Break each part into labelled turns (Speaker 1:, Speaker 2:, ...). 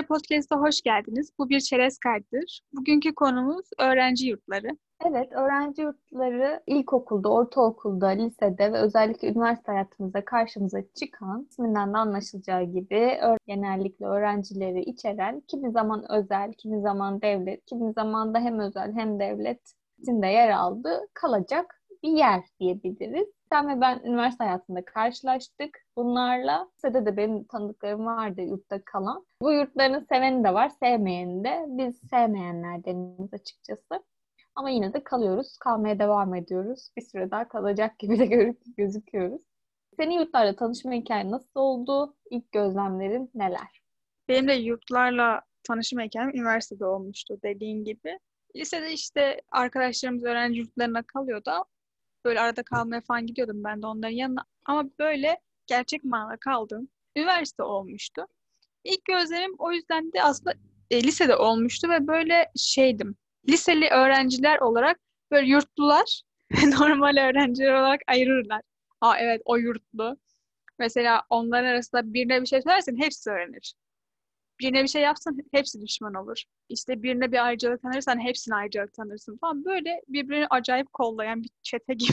Speaker 1: Podcast'a hoş geldiniz. Bu bir çerez kaydıdır. Bugünkü konumuz öğrenci yurtları.
Speaker 2: Evet, öğrenci yurtları ilkokulda, ortaokulda, lisede ve özellikle üniversite hayatımızda karşımıza çıkan, isminden de anlaşılacağı gibi genellikle öğrencileri içeren, kimi zaman özel, kimi zaman devlet, kimi zaman da hem özel hem devletin de yer aldığı kalacak bir yer diyebiliriz. Sen ve ben üniversite hayatında karşılaştık bunlarla. Lisede de benim tanıdıklarım vardı yurtta kalan. Bu yurtların seveni de var, sevmeyeni de. Biz sevmeyenlerdeniz açıkçası. Ama yine de kalıyoruz. Kalmaya devam ediyoruz. Bir süre daha kalacak gibi de gözüküyoruz. Senin yurtlarla tanışma hikayen nasıl oldu? İlk gözlemlerin neler?
Speaker 1: Benim de yurtlarla tanışma hikayem üniversitede olmuştu dediğin gibi. Lisede işte arkadaşlarımız öğrenci yurtlarına kalıyordu. Böyle arada kalmaya falan gidiyordum ben de onların yanına. Ama böyle gerçek manada kaldığım üniversite olmuştu. İlk gözlemim o yüzden de aslında lisede olmuştu ve böyle şeydim. Liseli öğrenciler olarak böyle yurtlular ve normal öğrenciler olarak ayırırlar. Aa evet o yurtlu. Mesela onların arasında birine bir şey söylersen hepsi öğrenir. Birine bir şey yapsan hepsi düşman olur. İşte birine bir ayrıcalık tanırsan hepsini ayrıcalık tanırsın falan. Böyle birbirini acayip kollayan bir çete gibi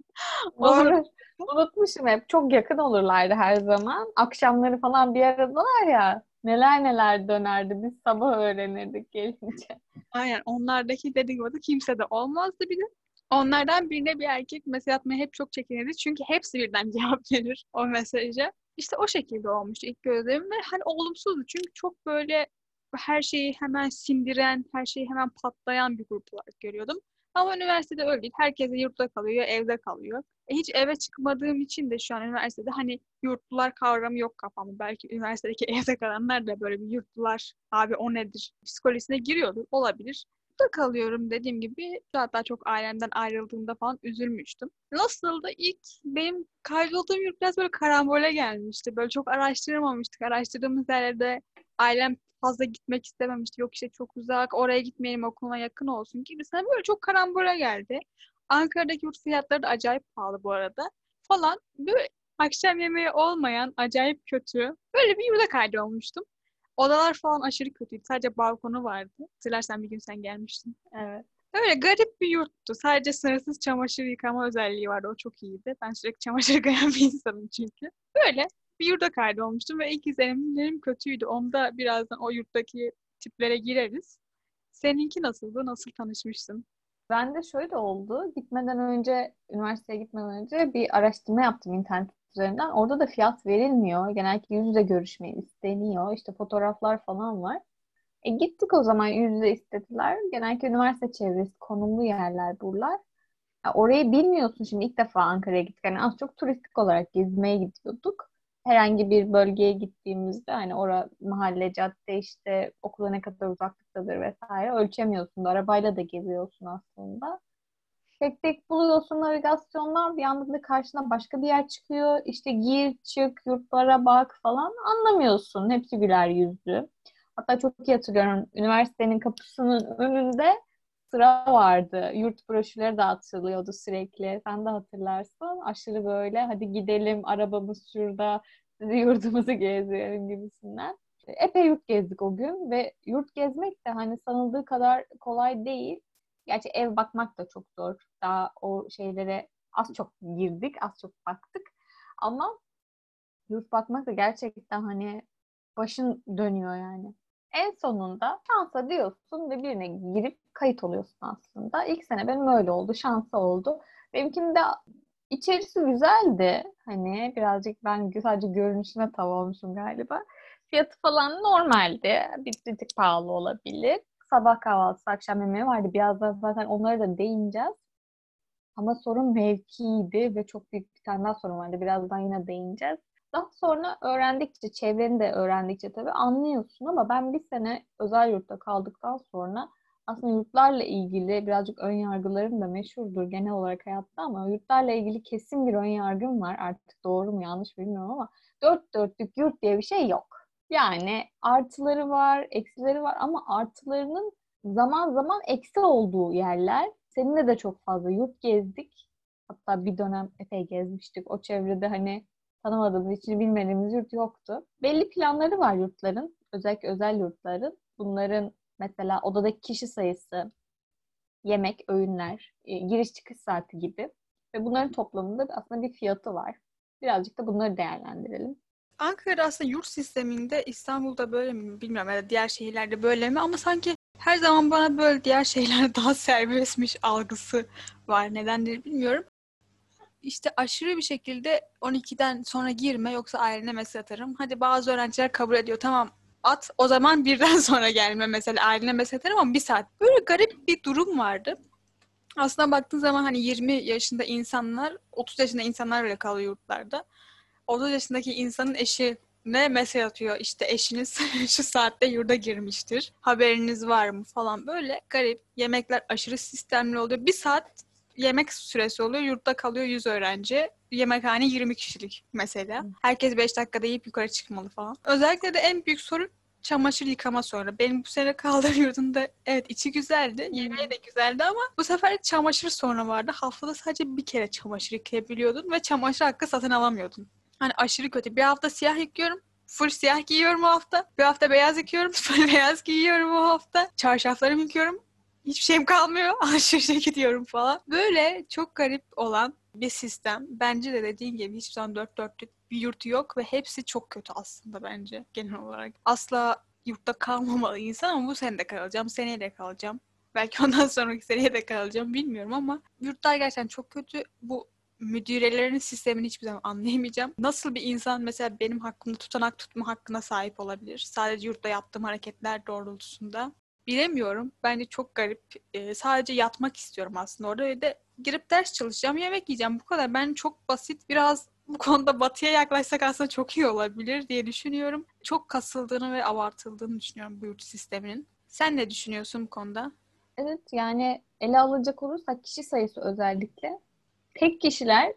Speaker 1: olur.
Speaker 2: Doğru. Unutmuşum hep. Çok yakın olurlardı her zaman. Akşamları falan bir aradalar ya. Neler neler dönerdi. Biz sabah öğrenirdik gelince.
Speaker 1: Aynen onlardaki dedikodu kimse de olmazdı bir de. Onlardan birine bir erkek mesaj atmaya hep çok çekinirdi. Çünkü hepsi birden cevap verir o mesaja. İşte o şekilde olmuştu ilk gözlemim ve hani olumsuzdu. Çünkü çok böyle her şeyi hemen sindiren, her şeyi hemen patlayan bir grup olarak görüyordum. Ama üniversitede öyle değil. Herkes de yurtta kalıyor, evde kalıyor. Hiç eve çıkmadığım için de şu an üniversitede hani yurtlular kavramı yok kafamda. Belki üniversitedeki evde kalanlar da böyle bir yurtlular, abi o nedir psikolojisine giriyordur. Olabilir. Yurtta kalıyorum dediğim gibi. Hatta çok ailemden ayrıldığımda falan üzülmüştüm. Nasıldı? İlk benim kaybolduğum yurt biraz böyle karambole gelmişti. Böyle çok araştırmamıştık. Araştırdığımız yerlerde ailem fazla gitmek istememişti. Yok işte çok uzak, oraya gitmeyelim okuluna yakın olsun gibi. Sana böyle çok karambole geldi. Ankara'daki yurt fiyatları da acayip pahalı bu arada. Falan. Böyle akşam yemeği olmayan acayip kötü. Böyle bir yurda kaydolmuştum. Odalar falan aşırı kötüydü. Sadece balkonu vardı. Hatırlarsan bir gün sen gelmiştin.
Speaker 2: Evet.
Speaker 1: Öyle garip bir yurttu. Sadece sınırsız çamaşır yıkama özelliği vardı. O çok iyiydi. Ben sürekli çamaşır yıkayan bir insanım çünkü. Böyle bir yurda kaydolmuştum ve ilk izlenimlerim kötüydü. Onda birazdan o yurttaki tiplere gireriz. Seninki nasıldı? Nasıl tanışmıştın?
Speaker 2: Ben de şöyle oldu. Gitmeden önce, üniversiteye gitmeden önce bir araştırma yaptım internet üzerinden. Orada da fiyat verilmiyor. Genellikle yüz yüze görüşmeyi isteniyor. İşte fotoğraflar falan var. Gittik o zaman yüz yüze istediler. Genellikle üniversite çevresi, konumlu yerler buralar. Orayı bilmiyorsun şimdi ilk defa Ankara'ya gittik. Yani az çok turistik olarak gezmeye gidiyorduk. Herhangi bir bölgeye gittiğimizde hani mahalle, cadde işte okula ne kadar uzaklıktadır vesaire ölçemiyorsun da arabayla da geziyorsun aslında. Tek tek buluyorsun navigasyondan bir anda da karşına başka bir yer çıkıyor. İşte gir çık yurtlara bak falan anlamıyorsun. Hepsi güler yüzlü. Hatta çok iyi hatırlıyorum. Üniversitenin kapısının önünde sıra vardı. Yurt broşürleri dağıtılıyordu sürekli. Sen de hatırlarsın. Aşırı böyle hadi gidelim arabamız şurada sizi yurdumuzu gezelim gibisinden. Epey yurt gezdik o gün ve yurt gezmek de hani sanıldığı kadar kolay değil. Gerçi ev bakmak da çok zor. Daha o şeylere az çok girdik, az çok baktık. Ama yurt bakmak da gerçekten hani başın dönüyor yani. En sonunda şansa diyorsun ve birine girip kayıt oluyorsun aslında. İlk sene benim öyle oldu, şansa oldu. Benimkinde içerisi güzeldi. Hani birazcık ben sadece görünüşüne tav olmuşum galiba. Fiyatı falan normaldi. Bir tık pahalı olabilir. Sabah kahvaltısı, akşam yemeği vardı. Birazdan zaten onlara da değineceğiz. Ama sorun mevkiydi ve çok büyük bir tane daha sorun vardı. Birazdan yine değineceğiz. Daha sonra öğrendikçe, çevreni de öğrendikçe tabii anlıyorsun ama ben bir sene özel yurtta kaldıktan sonra aslında yurtlarla ilgili birazcık ön yargılarım da meşhurdur genel olarak hayatta ama yurtlarla ilgili kesin bir ön yargım var. Artık doğru mu yanlış bilmiyorum ama dört dörtlük yurt diye bir şey yok. Yani artıları var, eksileri var ama artılarının zaman zaman eksi olduğu yerler. Seninle de çok fazla yurt gezdik. Hatta bir dönem epey gezmiştik. O çevrede hani tanımadığımız için bilmediğimiz yurt yoktu. Belli planları var yurtların. özellikle özel yurtların, bunların mesela odadaki kişi sayısı, yemek, öğünler, giriş çıkış saati gibi ve bunların toplamında aslında bir fiyatı var. Birazcık da bunları değerlendirelim.
Speaker 1: Ankara'da aslında yurt sisteminde, İstanbul'da böyle mi bilmiyorum ya da diğer şehirlerde böyle mi, ama sanki her zaman bana böyle diğer şehirler daha serbestmiş algısı var. Nedendir bilmiyorum. İşte aşırı bir şekilde 12'den sonra girme yoksa ailene mesaj atarım. Hadi bazı öğrenciler kabul ediyor, tamam at, o zaman birden sonra gelme, mesela ailene mesaj atarım ama bir saat. Böyle garip bir durum vardı. Aslında baktığın zaman hani 20 yaşında insanlar, 30 yaşında insanlar bile kalıyor yurtlarda. 30 yaşındaki insanın eşine mesaj atıyor. İşte eşiniz şu saatte yurda girmiştir. Haberiniz var mı falan, böyle garip. Yemekler aşırı sistemli oluyor. Bir saat yemek süresi oluyor. Yurtta kalıyor 100 öğrenci. Yemekhane 20 kişilik mesela. Herkes 5 dakikada yiyip yukarı çıkmalı falan. Özellikle de en büyük sorun çamaşır yıkama sonra. Benim bu sene kaldığım yurdumda evet içi güzeldi, yemeği de güzeldi ama bu sefer çamaşır sorunu vardı. Haftada sadece bir kere çamaşır yıkayabiliyordun ve çamaşır hakkı satın alamıyordun. Hani aşırı kötü. Bir hafta siyah yıkıyorum. Full siyah giyiyorum o hafta. Bir hafta beyaz yıkıyorum. Full beyaz giyiyorum o hafta. Çarşaflarımı yıkıyorum. Hiçbir şeyim kalmıyor. Alışverişe gidiyorum falan. Böyle çok garip olan bir sistem. Bence de dediğin gibi hiçbir zaman dört dörtlük bir yurt yok ve hepsi çok kötü aslında bence genel olarak. Asla yurtta kalmamalı insan ama bu sene de kalacağım, seneye de kalacağım. Belki ondan sonraki seneye de kalacağım bilmiyorum ama yurtlar gerçekten çok kötü. Bu müdirelerin sistemini hiçbir zaman anlayamayacağım. Nasıl bir insan mesela benim hakkımda tutanak tutma hakkına sahip olabilir? Sadece yurtta yaptığım hareketler doğrultusunda. Bilemiyorum. Bence çok garip. Sadece yatmak istiyorum aslında orada ve de girip ders çalışacağım, yemek yiyeceğim. Bu kadar. Ben çok basit, biraz bu konuda batıya yaklaşsak aslında çok iyi olabilir diye düşünüyorum. Çok kasıldığını ve abartıldığını düşünüyorum bu yurt sisteminin. Sen ne düşünüyorsun bu konuda?
Speaker 2: Evet, yani ele alacak olursak kişi sayısı özellikle tek kişiler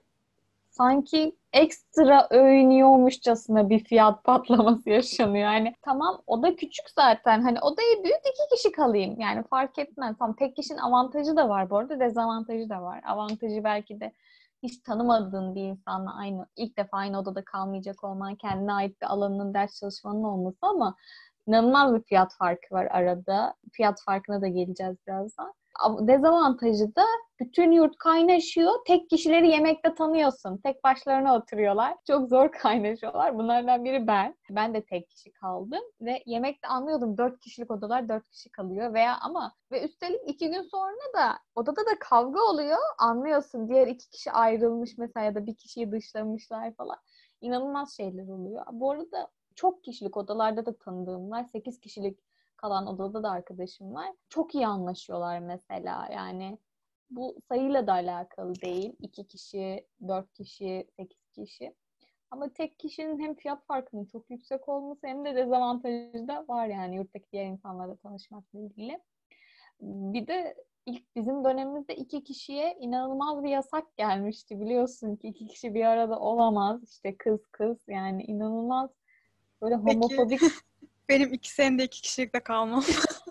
Speaker 2: sanki ekstra övünüyormuşçasına bir fiyat patlaması yaşanıyor. Yani tamam, oda küçük zaten. Hani odayı büyüt, iki kişi kalayım. Yani fark etmez. Tamam, tek kişinin avantajı da var bu arada. Dezavantajı da var. Avantajı belki de hiç tanımadığın bir insanla ilk defa aynı odada kalmayacak olman, kendine ait bir alanının, ders çalışmanın olması, ama inanılmaz bir fiyat farkı var arada. Fiyat farkına da geleceğiz birazdan. Dezavantajı da bütün yurt kaynaşıyor. Tek kişileri yemekte tanıyorsun. Tek başlarına oturuyorlar. Çok zor kaynaşıyorlar. Bunlardan biri ben. Ben de tek kişi kaldım. Ve yemekte anlıyordum. 4 kişilik odalar 4 kişi kalıyor. Ve üstelik 2 gün sonra da odada da kavga oluyor. Anlıyorsun. Diğer 2 kişi ayrılmış mesela ya da bir kişiyi dışlamışlar falan. İnanılmaz şeyler oluyor. Bu arada çok kişilik odalarda da tanıdığım var. 8 kişilik kalan odada da arkadaşım var. Çok iyi anlaşıyorlar mesela. Yani bu sayıyla da alakalı değil. 2 kişi, 4 kişi, 8 kişi. Ama tek kişinin hem fiyat farkının çok yüksek olması hem de dezavantajı da var, yani yurttaki diğer insanlarla tanışmakla ilgili. Bir de ilk bizim dönemimizde 2 kişiye inanılmaz bir yasak gelmişti, biliyorsun ki 2 kişi bir arada olamaz. İşte kız kız, yani inanılmaz böyle
Speaker 1: Peki
Speaker 2: homofobik.
Speaker 1: benim 2 senede 2 kişilikle kalmam.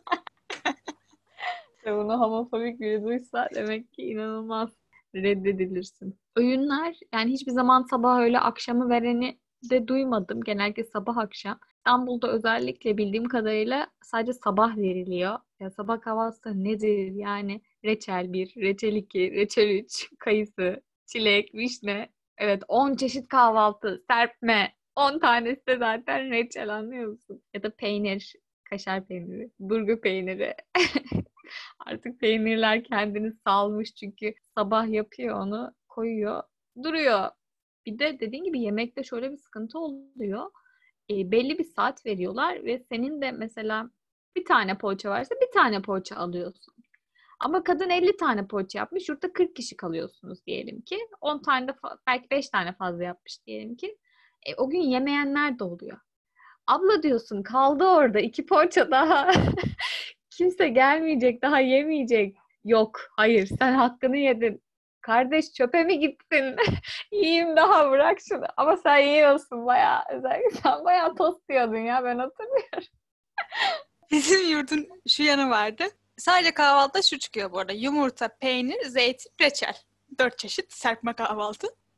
Speaker 2: Ve bunu homofobik biri duysa demek ki inanılmaz reddedilirsin. Öğünler, yani hiçbir zaman sabah öğle akşamı vereni de duymadım. Genellikle sabah akşam. İstanbul'da özellikle bildiğim kadarıyla sadece sabah veriliyor. Ya sabah kahvaltısı nedir? Yani reçel bir, reçel 2, reçel 3, kayısı, çilek, vişne. Evet, 10 çeşit kahvaltı, serpme. 10 tanesi de zaten reçel, anlıyor musun? Ya da peynir, kaşar peyniri, burgu peyniri. Artık peynirler kendini salmış çünkü sabah yapıyor, onu koyuyor, duruyor. Bir de dediğin gibi yemekte şöyle bir sıkıntı oluyor. Belli bir saat veriyorlar ve senin de mesela bir tane poğaça varsa bir tane poğaça alıyorsun. Ama kadın 50 tane poğaça yapmış. Yurtta 40 kişi kalıyorsunuz diyelim ki. 10 tane de belki 5 tane fazla yapmış diyelim ki. O gün yemeyenler de oluyor. Abla diyorsun, kaldı orada 2 poğaça daha. Kimse gelmeyecek, daha yemeyecek. Yok, hayır, sen hakkını yedin. Kardeş, çöpe mi gittin? Yiyeyim daha, bırak şunu. Ama sen yiyorsun bayağı. Özellikle sen bayağı tost diyordun ya, ben hatırlıyorum.
Speaker 1: Bizim yurdun şu yanı vardı. Sadece kahvaltıda şu çıkıyor bu arada. Yumurta, peynir, zeytin, reçel. 4 çeşit serpme kahvaltı.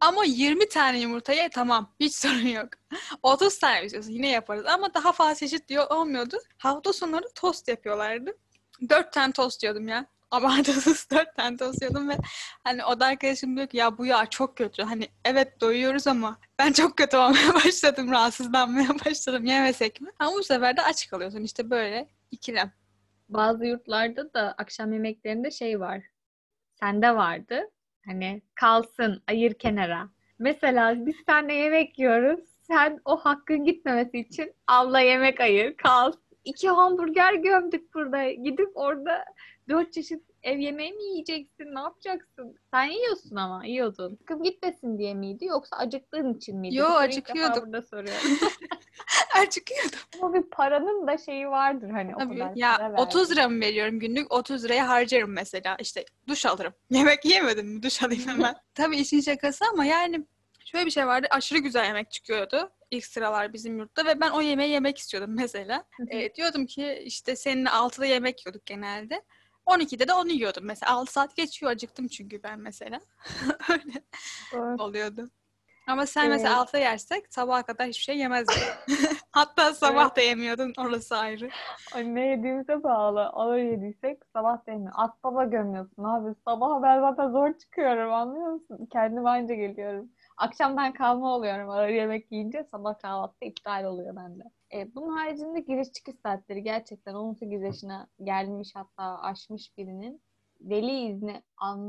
Speaker 1: Ama 20 tane yumurtaya tamam. Hiç sorun yok. 30 tane istiyorsun yine yaparız. Ama daha fazla çeşit diyor olmuyordu. Hafta sonları tost yapıyorlardı. 4 tane tost yiyordum ya. Abartısız 4 tane tost yiyordum ve hani o da arkadaşım diyor ki ya bu yağ çok kötü. Hani evet doyuyoruz ama ben çok kötü olmaya başladım. Rahatsızlanmaya başladım. Yemesek mi? Ama bu sefer de aç kalıyorsun. İşte böyle ikilem.
Speaker 2: Bazı yurtlarda da akşam yemeklerinde şey var. Sende vardı. Hani kalsın, ayır kenara. Mesela biz seninle yemek yiyoruz. Sen o hakkın gitmemesi için abla yemek ayır, kal. 2 hamburger gömdük burada. Gidip orada 4 çeşit ev yemeği mi yiyeceksin? Ne yapacaksın? Sen yiyorsun ama yiyordun. Hakkım gitmesin diye miydi yoksa acıktığın için miydi?
Speaker 1: Yo
Speaker 2: Bu soruyu ilk defa
Speaker 1: acıkıyordum.
Speaker 2: burada soruyorum.
Speaker 1: Acıkıyordum.
Speaker 2: Ama bir paranın da şeyi vardır hani o
Speaker 1: Tabii.
Speaker 2: kadar
Speaker 1: Ya
Speaker 2: para
Speaker 1: 30
Speaker 2: verdim.
Speaker 1: lira mı veriyorum günlük? 30 liraya harcarım mesela. İşte duş alırım. Yemek yemedim mi? Duş alayım hemen. Tabii işin şakası ama yani şöyle bir şey vardı. Aşırı güzel yemek çıkıyordu. İlk sıralar bizim yurtta ve ben o yemeği yemek istiyordum mesela. Diyordum ki işte seninle 6'da yemek yiyorduk genelde. 12'de de onu yiyordum mesela. 6 saat geçiyor acıktım çünkü ben mesela. Öyle
Speaker 2: Doğru.
Speaker 1: oluyordu. Ama sen mesela
Speaker 2: Evet.
Speaker 1: 6'da yersek sabaha kadar hiçbir şey yemezdin. Hatta
Speaker 2: Evet.
Speaker 1: sabah da yemiyordun. Orası ayrı.
Speaker 2: Ay, ne yediğimize bağlı. Ağır yediysek sabah demiyor. Aspava gömüyorsun abi. Sabah ben zaten zor çıkıyorum anlıyor musun? Kendime anca geliyorum. Akşamdan kalma oluyorum ağır yemek yiyince sabah kahvaltı iptal oluyor bende. Bunun haricinde giriş çıkış saatleri gerçekten 18 yaşına gelmiş hatta aşmış birinin veli izni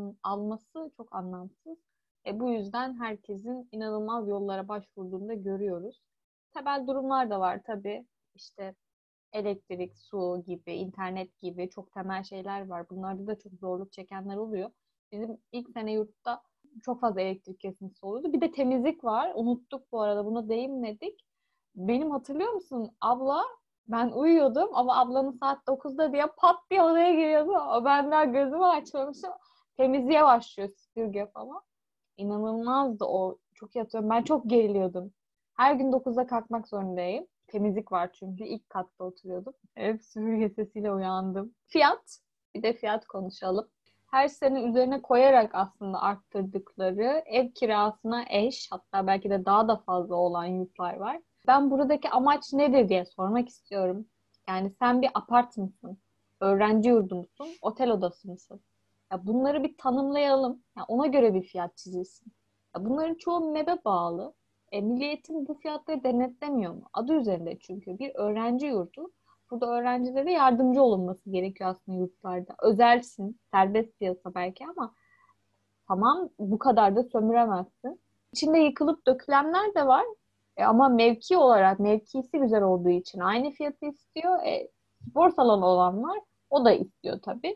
Speaker 2: alması çok anlamsız. Bu yüzden herkesin inanılmaz yollara başvurduğunu da görüyoruz. Temel durumlar da var tabii. İşte elektrik, su gibi, internet gibi çok temel şeyler var. Bunlarda da çok zorluk çekenler oluyor. Bizim ilk sene yurtta çok fazla elektrik kesintisi oluyordu. Bir de temizlik var. Unuttuk bu arada. Buna değinmedik. Benim hatırlıyor musun? Abla ben uyuyordum ama ablamın saat 9'da diye pat diye odaya giriyordu. Ben daha gözümü açmamışım. Temizliğe başlıyor süpürge falan. İnanılmazdı o. Çok yatıyorum. Ben çok geriliyordum. Her gün 9'da kalkmak zorundayım. Temizlik var çünkü. İlk katta oturuyordum. Hep süpürge sesiyle uyandım. Fiyat. Bir de fiyat konuşalım. Her sene üzerine koyarak aslında arttırdıkları ev kirasına eş hatta belki de daha da fazla olan yurtlar var. Ben buradaki amaç nedir diye sormak istiyorum. Yani sen bir apart mısın? Öğrenci yurdu musun? Otel odası mısın? Ya bunları bir tanımlayalım. Ya ona göre bir fiyat çizilsin. Ya bunların çoğu MEB'e bağlı. Milli Eğitim bu fiyatları denetlemiyor mu? Adı üzerinde çünkü bir öğrenci yurdu. Burada öğrencilere yardımcı olunması gerekiyor aslında yurtlarda. Özelsin, serbest piyasa belki ama tamam bu kadar da sömüremezsin. İçinde yıkılıp dökülenler de var. Ama mevki olarak mevkisi güzel olduğu için aynı fiyatı istiyor. Spor salonu olan var. O da istiyor tabii.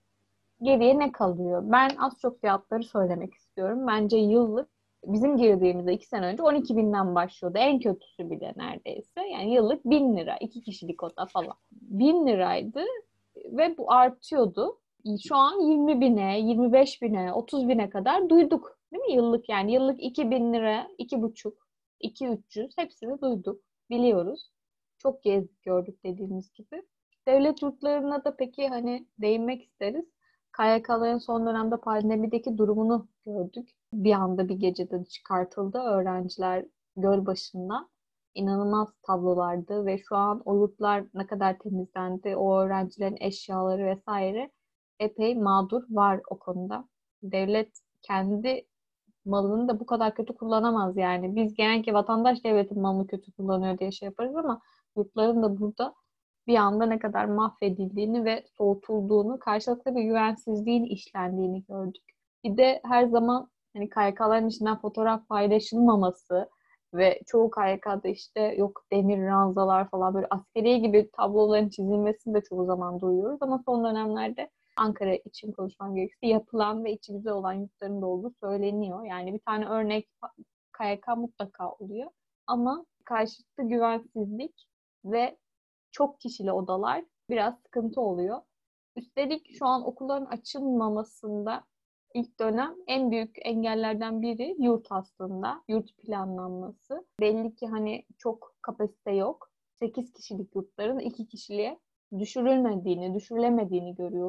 Speaker 2: Geriye ne kalıyor? Ben az çok fiyatları söylemek istiyorum. Bence yıllık bizim girdiğimizde 2 sene önce 12 binden başlıyordu. En kötüsü bile neredeyse. Yani yıllık 1.000 lira. 2 kişilik oda falan. 1.000 liraydı ve bu artıyordu. Şu an 20 bine, 25 bine, 30 bine kadar duyduk. Değil mi? Yıllık yani. Yıllık 2.000 lira, 2,5, 2.300 hepsini duyduk. Biliyoruz. Çok gezdik gördük dediğimiz gibi. Devlet yurtlarına da peki hani değinmek isteriz. KYK'ların son dönemde pandemideki durumunu gördük. Bir anda bir gecede çıkartıldı öğrenciler göl başında. İnanılmaz tablolardı ve şu an o yurtlar ne kadar temizlendi, o öğrencilerin eşyaları vesaire epey mağdur var o konuda. Devlet kendi malını da bu kadar kötü kullanamaz yani. Biz genellikle vatandaş devletin malını kötü kullanıyor diye şey yaparız ama yurtların da burada bir anda ne kadar mahvedildiğini ve soğutulduğunu, karşılıklı bir güvensizliğin işlendiğini gördük. Bir de her zaman hani KYK'ların içinden fotoğraf paylaşılmaması ve çoğu KYK'da işte yok demir ranzalar falan böyle askeriye gibi tabloların çizilmesini de çoğu zaman duyuyoruz ama son dönemlerde Ankara için konuşmam gerekirse yapılan ve içi güzel olan yurtların da olduğu söyleniyor. Yani bir tane örnek KYK mutlaka oluyor. Ama karşılıklı güvensizlik ve çok kişili odalar biraz sıkıntı oluyor. Üstelik şu an okulların açılmamasında ilk dönem en büyük engellerden biri yurt aslında. Yurt planlanması. Belli ki hani çok kapasite yok. 8 kişilik yurtların 2 kişiliğe düşürülmediğini, düşürülemediğini görüyoruz.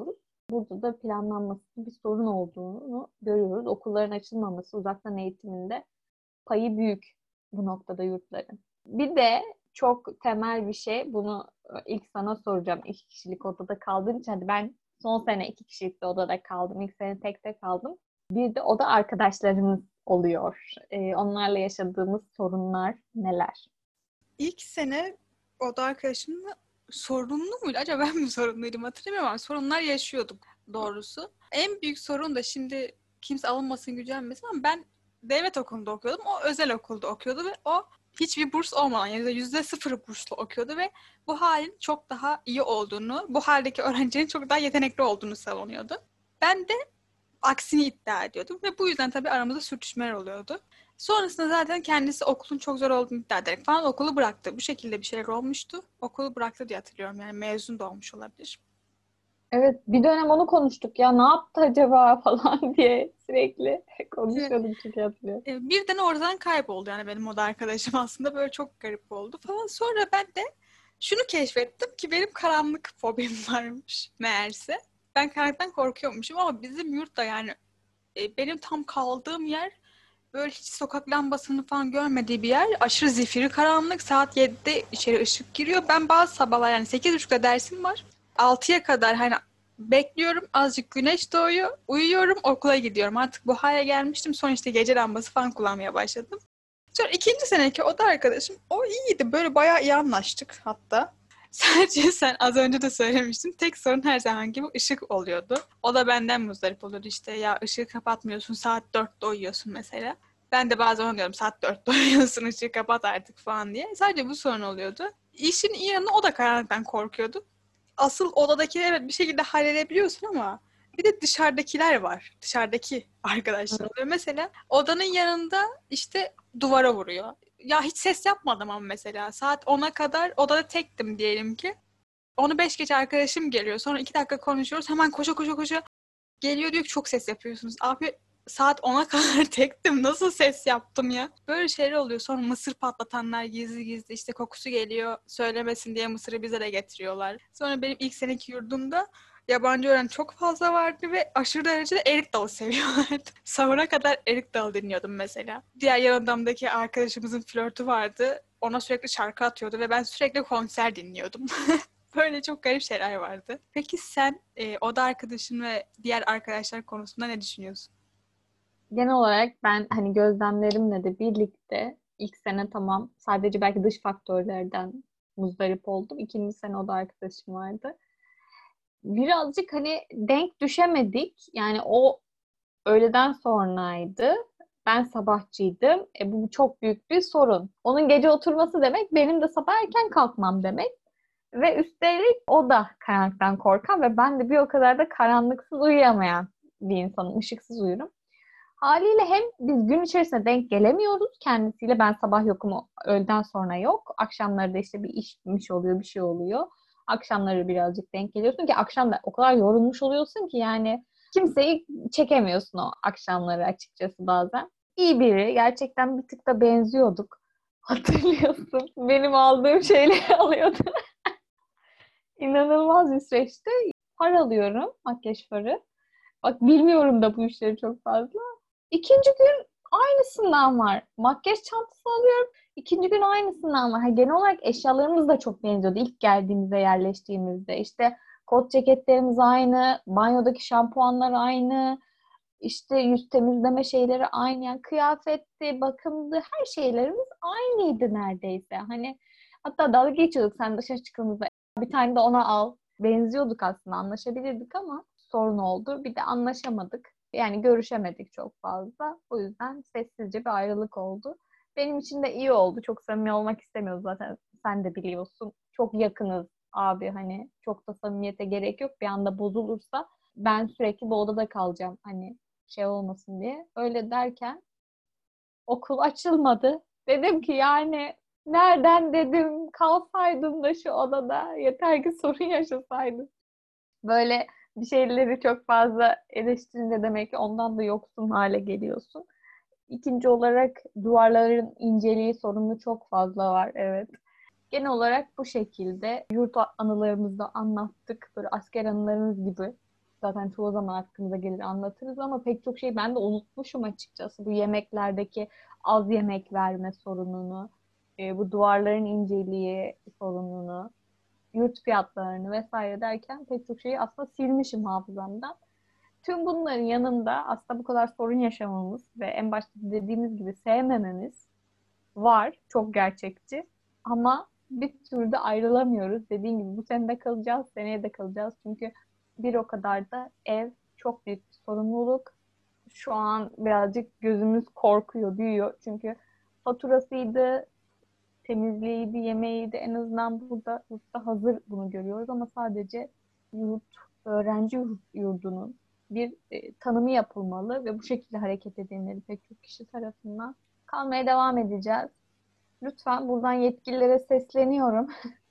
Speaker 2: Burada da planlanması bir sorun olduğunu görüyoruz. Okulların açılmaması, uzaktan eğitiminde payı büyük bu noktada yurtların. Bir de çok temel bir şey, bunu ilk sana soracağım. 2 kişilik odada kaldığım için, hadi ben son sene 2 kişilik bir odada kaldım. İlk sene tekte kaldım. Bir de oda arkadaşlarımız oluyor. Onlarla yaşadığımız sorunlar neler?
Speaker 1: İlk sene oda arkadaşımla sorunlu muydu? Acaba ben mi sorunluydum hatırlamıyorum ama sorunlar yaşıyorduk doğrusu. En büyük sorun da şimdi kimse alınmasın gücenmesin ama ben devlet okulunda okuyordum. O özel okulda okuyordu ve o hiçbir burs olmadan yani %0 burslu okuyordu ve bu halin çok daha iyi olduğunu, bu haldeki öğrencinin çok daha yetenekli olduğunu savunuyordu. Ben de aksini iddia ediyordum ve bu yüzden tabii aramızda sürtüşmeler oluyordu. Sonrasında zaten kendisi okulun çok zor olduğunu iddia ederek falan okulu bıraktı. Bu şekilde bir şeyler olmuştu. Okulu bıraktı diye hatırlıyorum. Yani mezun da olmuş olabilir.
Speaker 2: Evet, bir dönem onu konuştuk ya, ne yaptı acaba falan diye sürekli
Speaker 1: Evet.
Speaker 2: konuşuyordum, çünkü hatırlıyorum.
Speaker 1: Birden oradan kayboldu yani benim oda arkadaşım aslında böyle çok garip oldu falan. Sonra ben de şunu keşfettim ki benim karanlık fobim varmış meğerse. Ben karanlıktan korkuyormuşum ama bizim yurtta yani benim tam kaldığım yer böyle hiç sokak lambasını falan görmediği bir yer. Aşırı zifiri karanlık. Saat 7'de içeri ışık giriyor. Ben bazı sabahlar yani 8.30'da dersim var. 6'ya kadar hani bekliyorum. Azıcık güneş doğuyor. Uyuyorum. Okula gidiyorum. Artık bu hale gelmiştim. Sonra işte gece lambası falan kullanmaya başladım. Sonra ikinci seneki oda arkadaşım o iyiydi. Böyle bayağı iyi anlaştık hatta. Sadece sen az önce de söylemiştin. Tek sorun her zaman gibi ışık oluyordu. O da benden muzdarip oluyordu işte. Ya ışığı kapatmıyorsun saat 4'te uyuyorsun mesela. Ben de bazen onu diyorum saat 4'te uyuyorsun ışığı kapat artık falan diye. Sadece bu sorun oluyordu. İşin iyi yanı o da karanlıktan korkuyordu. Asıl odadakileri evet bir şekilde halledebiliyorsun ama bir de dışarıdakiler var. Dışarıdaki arkadaşlar oluyor. Mesela odanın yanında işte duvara vuruyor. Ya hiç ses yapmadım ama mesela. Saat 10'a kadar odada tektim diyelim ki. Onu 5 geç arkadaşım geliyor. Sonra 2 dakika konuşuyoruz. Hemen koşa koşa koşa geliyor diyor ki çok ses yapıyorsunuz. Abi saat 10'a kadar tektim. Nasıl ses yaptım ya? Böyle şeyler oluyor. Sonra mısır patlatanlar gizli gizli işte kokusu geliyor. Söylemesin diye mısırı bize de getiriyorlar. Sonra benim ilk seneki yurdumda yabancı öğren çok fazla vardı ve aşırı derecede erik dalı seviyorlardı. Sahura kadar erik dalı dinliyordum mesela. Diğer yan odamdaki arkadaşımızın flörtü vardı. Ona sürekli şarkı atıyordu ve ben sürekli konser dinliyordum. Böyle çok garip şeyler vardı. Peki sen oda arkadaşın ve diğer arkadaşlar konusunda ne düşünüyorsun?
Speaker 2: Genel olarak ben hani gözlemlerimle de birlikte ilk sene tamam, sadece belki dış faktörlerden muzdarip oldum. İkinci sene o da arkadaşım vardı. Birazcık hani denk düşemedik. Yani o öğleden sonraydı. Ben sabahçıydım. Bu çok büyük bir sorun. Onun gece oturması demek, benim de sabah erken kalkmam demek. Ve üstelik o da karanlıktan korkan ve ben de bir o kadar da karanlıksız uyuyamayan bir insanım. Işıksız uyurum. Haliyle hem biz gün içerisinde denk gelemiyoruz kendisiyle. Ben sabah yokum, öğleden sonra yok. Akşamları da işte bir işmiş oluyor, bir şey oluyor. Akşamları birazcık denk geliyorsun ki akşam da o kadar yorulmuş oluyorsun ki yani kimseyi çekemiyorsun o akşamları açıkçası bazen. İyi biri. Gerçekten bir tık da benziyorduk. Hatırlıyorsun. Benim aldığım şeyleri alıyordu. İnanılmaz bir süreçti. Far alıyorum, makyaj farı. Bak, bilmiyorum da bu işleri çok fazla. İkinci gün aynısından var. Makyaj çantası alıyorum. İkinci gün aynısından var. Ha, genel olarak eşyalarımız da çok benziyordu. İlk geldiğimizde, yerleştiğimizde. İşte kot ceketlerimiz aynı. Banyodaki şampuanlar aynı. İşte yüz temizleme şeyleri aynı. Yani kıyafetti, bakımdı, her şeylerimiz aynıydı neredeyse. Hani hatta dalga geçiyorduk, sen dışarı çıktığımızda bir tane de ona al. Benziyorduk aslında, anlaşabilirdik ama sorun oldu. Bir de anlaşamadık. Yani görüşemedik çok fazla. O yüzden sessizce bir ayrılık oldu. Benim için de iyi oldu. Çok samimi olmak istemiyoruz zaten. Sen de biliyorsun. Çok yakınız abi, hani çok da samimiyete gerek yok. Bir anda bozulursa ben sürekli bu odada kalacağım. Hani şey olmasın diye. Öyle derken okul açılmadı. Dedim ki yani nereden dedim, kalsaydım da şu odada, yeter ki sorun yaşasaydım. Böyle bir şeyleri çok fazla eleştirince demek ki ondan da yoksun hale geliyorsun. İkinci olarak duvarların inceliği sorunu çok fazla var, evet. Genel olarak bu şekilde yurt anılarımızı da anlattık. Böyle asker anılarımız gibi. zaten çoğu zaman aklımıza gelir anlatırız ama pek çok şey ben de unutmuşum açıkçası. Bu yemeklerdeki az yemek verme sorununu, bu duvarların inceliği sorununu, yurt fiyatlarını vesaire derken pek çok şeyi aslında silmişim hafızamdan. Tüm bunların yanında aslında bu kadar sorun yaşamamız ve en başta dediğimiz gibi sevmememiz var. Çok gerçekçi. Ama bir türlü de ayrılamıyoruz. Dediğim gibi bu sene de kalacağız, seneye de kalacağız. Çünkü bir o kadar da ev çok büyük bir sorumluluk. Şu an birazcık gözümüz korkuyor, büyüyor. Çünkü faturasıydı, temizliğiydi, yemeğiydi. En azından burada yurtta hazır bunu görüyoruz ama sadece yurt, öğrenci yurdunun bir tanımı yapılmalı ve bu şekilde hareket edilmeli pek çok kişi tarafından. Kalmaya devam edeceğiz. Lütfen buradan yetkililere sesleniyorum.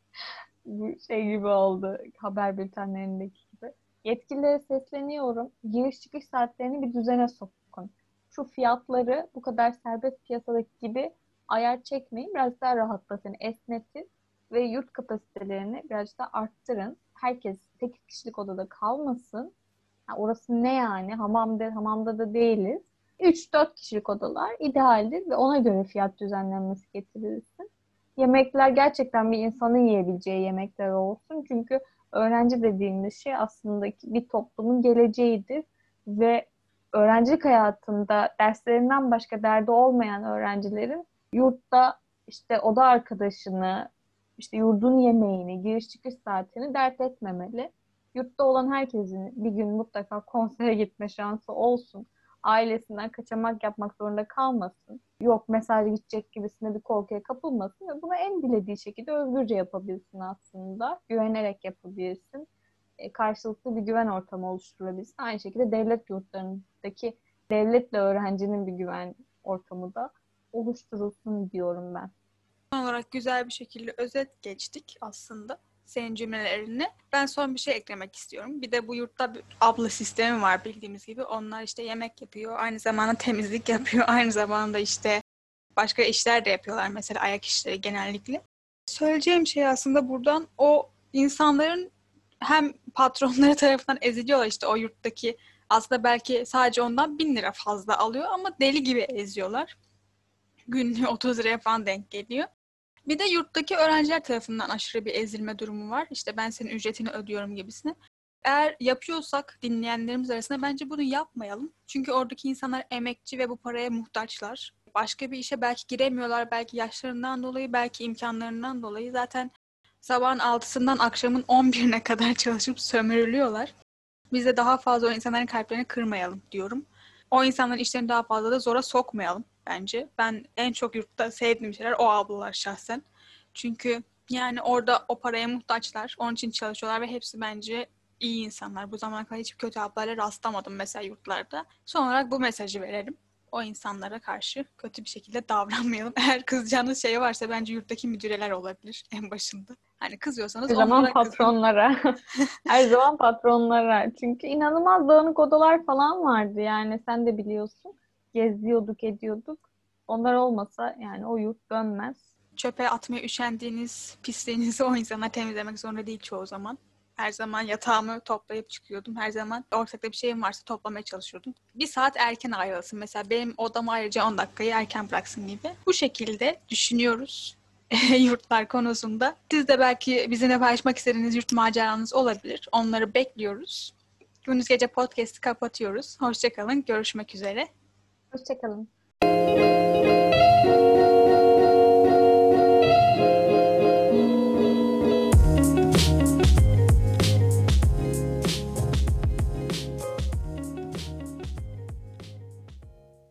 Speaker 2: Bu şey gibi oldu haber bültenlerindeki gibi. Yetkililere sesleniyorum. Giriş çıkış saatlerini bir düzene sokun. Şu fiyatları bu kadar serbest piyasadaki gibi ayar çekmeyin. Biraz daha rahatlatın, esnetin ve yurt kapasitelerini biraz daha arttırın. Herkes tek kişilik odada kalmasın. Ha, orası ne yani? Hamamda da değiliz. 3-4 kişilik odalar idealdir ve ona göre fiyat düzenlenmesi getirilsin. Yemekler gerçekten bir insanın yiyebileceği yemekler olsun. Çünkü öğrenci dediğimiz şey aslında bir toplumun geleceğidir ve öğrencilik hayatında derslerinden başka derdi olmayan öğrencilerin yurtta işte oda arkadaşını, işte yurdun yemeğini, giriş çıkış saatini dert etmemeli. Yurtta olan herkesin bir gün mutlaka konsere gitme şansı olsun. Ailesinden kaçamak yapmak zorunda kalmasın. Yok mesaj gidecek gibisine bir korkuya kapılmasın ve bunu en dilediği şekilde özgürce yapabilsin aslında. Güvenerek yapabilsin. Karşılıklı bir güven ortamı oluşturabilsin. Aynı şekilde devlet yurtlarındaki devletle öğrencinin bir güven ortamı da oluşturulsun diyorum ben.
Speaker 1: Son olarak güzel bir şekilde özet geçtik aslında senin cümlelerini. Ben son bir şey eklemek istiyorum. Bir de bu yurtta bir abla sistemi var bildiğimiz gibi. Onlar işte yemek yapıyor, aynı zamanda temizlik yapıyor, aynı zamanda işte başka işler de yapıyorlar. Mesela ayak işleri genellikle. Söyleyeceğim şey aslında buradan o insanların hem patronları tarafından eziliyorlar işte o yurttaki aslında belki sadece ondan 1.000 lira fazla alıyor ama deli gibi eziyorlar. Günlüğü 30 liraya falan denk geliyor. Bir de yurttaki öğrenciler tarafından aşırı bir ezilme durumu var. İşte ben senin ücretini ödüyorum gibisine. Eğer yapıyorsak dinleyenlerimiz arasında bence bunu yapmayalım. Çünkü oradaki insanlar emekçi ve bu paraya muhtaçlar. Başka bir işe belki giremiyorlar. Belki yaşlarından dolayı, belki imkanlarından dolayı. Zaten sabahın 6'sından akşamın 11'ine kadar çalışıp sömürülüyorlar. Biz de daha fazla o insanların kalplerini kırmayalım diyorum. O insanların işlerini daha fazla da zora sokmayalım bence. Ben en çok yurtta sevdiğim şeyler o ablalar şahsen. Çünkü yani orada o paraya muhtaçlar. Onun için çalışıyorlar ve hepsi bence iyi insanlar. Bu zamana kadar hiç kötü ablayla rastlamadım mesela yurtlarda. Son olarak bu mesajı verelim. O insanlara karşı kötü bir şekilde davranmayalım. Eğer kızacağınız şey varsa bence yurttaki müdüreler olabilir en başında. Hani kızıyorsanız
Speaker 2: Her zaman
Speaker 1: onlara kızın.
Speaker 2: patronlara. Her zaman patronlara. Çünkü inanılmaz dağınık odalar falan vardı. Yani sen de biliyorsun. Geziyorduk, ediyorduk. Onlar olmasa yani o yurt dönmez.
Speaker 1: Çöpe atmaya üşendiğiniz pisliğinizi o insanlar temizlemek zorunda değil çoğu zaman. Her zaman yatağımı toplayıp çıkıyordum. Her zaman ortakta bir şeyim varsa toplamaya çalışıyordum. Bir saat erken ayrılsın. Mesela benim odam ayrıca 10 dakikayı erken bıraksın gibi. Bu şekilde düşünüyoruz yurtlar konusunda. Siz de belki bizimle paylaşmak istediğiniz yurt maceranız olabilir. Onları bekliyoruz. Gündüz Gece Podcast'ı kapatıyoruz. Hoşça kalın. Görüşmek üzere.
Speaker 2: Hoşçakalın.